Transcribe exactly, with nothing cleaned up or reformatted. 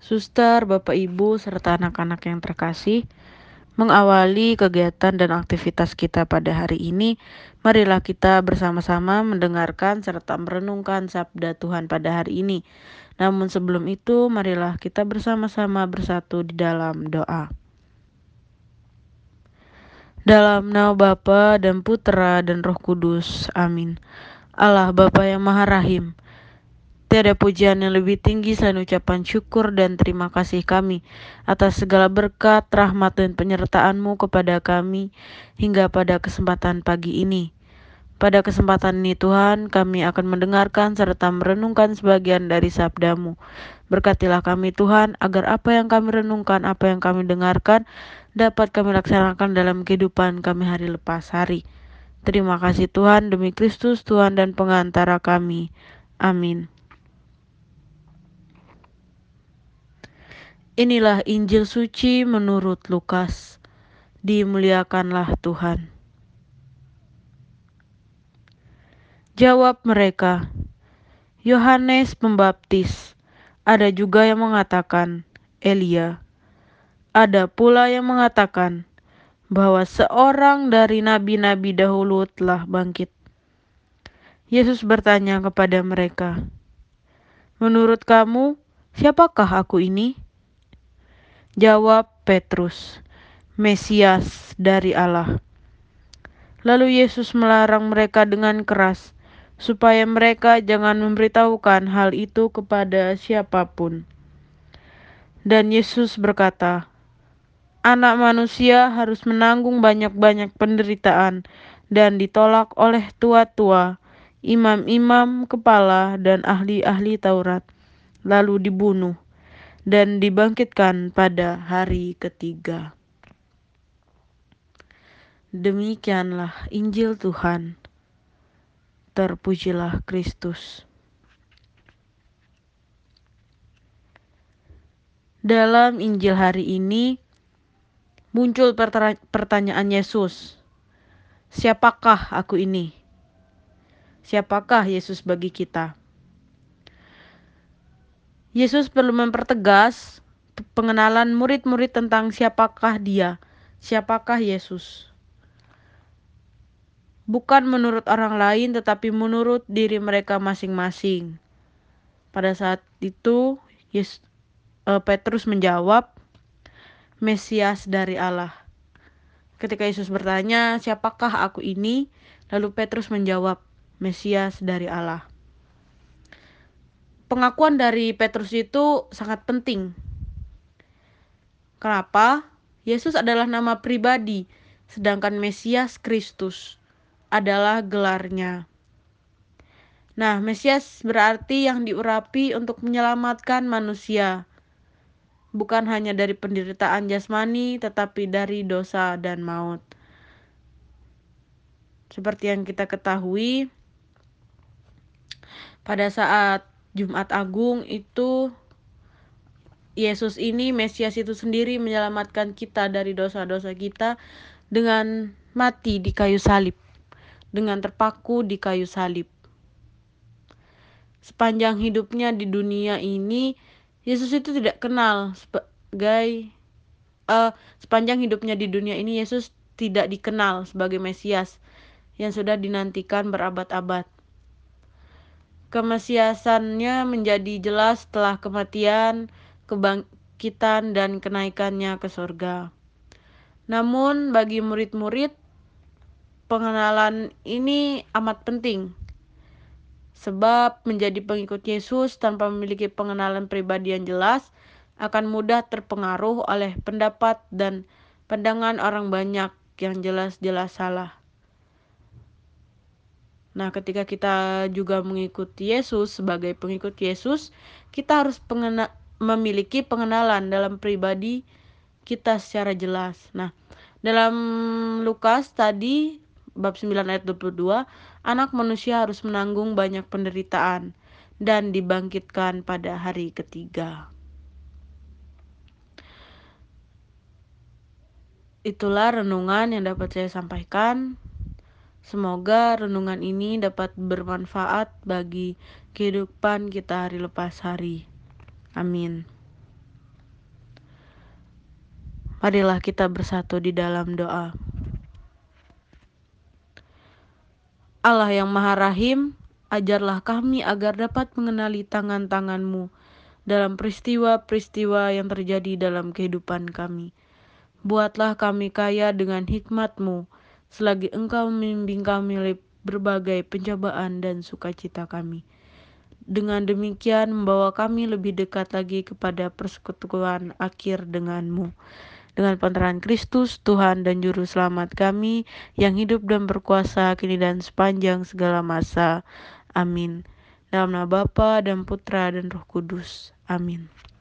Suster, Bapak Ibu, serta anak-anak yang terkasih, mengawali kegiatan dan aktivitas kita pada hari ini, marilah kita bersama-sama mendengarkan serta merenungkan sabda Tuhan pada hari ini. Namun sebelum itu, marilah kita bersama-sama bersatu di dalam doa. Dalam nama Bapa dan Putra dan Roh Kudus. Amin. Allah Bapa yang Maha Rahim, tiada pujian yang lebih tinggi selain ucapan syukur dan terima kasih kami atas segala berkat, rahmat, dan penyertaan-Mu kepada kami hingga pada kesempatan pagi ini. Pada kesempatan ini Tuhan, kami akan mendengarkan serta merenungkan sebagian dari sabda-Mu. Berkatilah kami Tuhan, agar apa yang kami renungkan, apa yang kami dengarkan, dapat kami laksanakan dalam kehidupan kami hari lepas hari. Terima kasih Tuhan, demi Kristus Tuhan dan pengantara kami. Amin. Inilah Injil suci menurut Lukas. Dimuliakanlah Tuhan. Jawab mereka, Yohanes Pembaptis. Ada juga yang mengatakan Elia. Ada pula yang mengatakan bahwa seorang dari nabi-nabi dahulu telah bangkit. Yesus bertanya kepada mereka, menurut kamu, siapakah aku ini? Jawab Petrus, Mesias dari Allah. Lalu Yesus melarang mereka dengan keras, supaya mereka jangan memberitahukan hal itu kepada siapapun. Dan Yesus berkata, Anak manusia harus menanggung banyak-banyak penderitaan dan ditolak oleh tua-tua, imam-imam kepala dan ahli-ahli Taurat, lalu dibunuh dan dibangkitkan pada hari ketiga. Demikianlah Injil Tuhan. Terpujilah Kristus. Dalam Injil hari ini muncul pertanyaan Yesus. Siapakah aku ini? Siapakah Yesus bagi kita? Yesus perlu mempertegas pengenalan murid-murid tentang siapakah Dia, siapakah Yesus. Bukan menurut orang lain, tetapi menurut diri mereka masing-masing. Pada saat itu, Yesus, uh, Petrus menjawab, Mesias dari Allah. Ketika Yesus bertanya, siapakah aku ini? Lalu Petrus menjawab, Mesias dari Allah. Pengakuan dari Petrus itu sangat penting. Kenapa? Yesus adalah nama pribadi, sedangkan Mesias Kristus adalah gelarnya. Nah, Mesias berarti yang diurapi untuk menyelamatkan manusia. Bukan hanya dari penderitaan jasmani, tetapi dari dosa dan maut. Seperti yang kita ketahui, pada saat Jumat Agung itu, Yesus ini, Mesias itu sendiri menyelamatkan kita dari dosa-dosa kita dengan mati di kayu salib, dengan terpaku di kayu salib. Sepanjang hidupnya di dunia ini, Yesus itu tidak kenal sebagai uh, sepanjang hidupnya di dunia ini Yesus tidak dikenal sebagai Mesias yang sudah dinantikan berabad-abad. Kemesiasannya menjadi jelas setelah kematian, kebangkitan, dan kenaikannya ke surga. Namun bagi murid-murid, pengenalan ini amat penting. Sebab menjadi pengikut Yesus tanpa memiliki pengenalan pribadi yang jelas akan mudah terpengaruh oleh pendapat dan pandangan orang banyak yang jelas-jelas salah. Nah, ketika kita juga mengikuti Yesus sebagai pengikut Yesus, kita harus pengena- memiliki pengenalan dalam pribadi kita secara jelas. Nah, dalam Lukas tadi bab sembilan ayat dua puluh dua, anak manusia harus menanggung banyak penderitaan dan dibangkitkan pada hari ketiga. Itulah renungan yang dapat saya sampaikan. Semoga renungan ini dapat bermanfaat bagi kehidupan kita hari lepas hari. Amin. Marilah kita bersatu di dalam doa. Allah yang Maha Rahim, ajarlah kami agar dapat mengenali tangan-tangan-Mu dalam peristiwa-peristiwa yang terjadi dalam kehidupan kami. Buatlah kami kaya dengan hikmat-Mu, selagi Engkau membimbing kami oleh berbagai pencobaan dan sukacita kami. Dengan demikian membawa kami lebih dekat lagi kepada persekutuan akhir dengan-Mu. Dengan pantaran Kristus, Tuhan dan Juru Selamat kami, yang hidup dan berkuasa kini dan sepanjang segala masa. Amin. Dalam nama Bapa dan Putra dan Roh Kudus. Amin.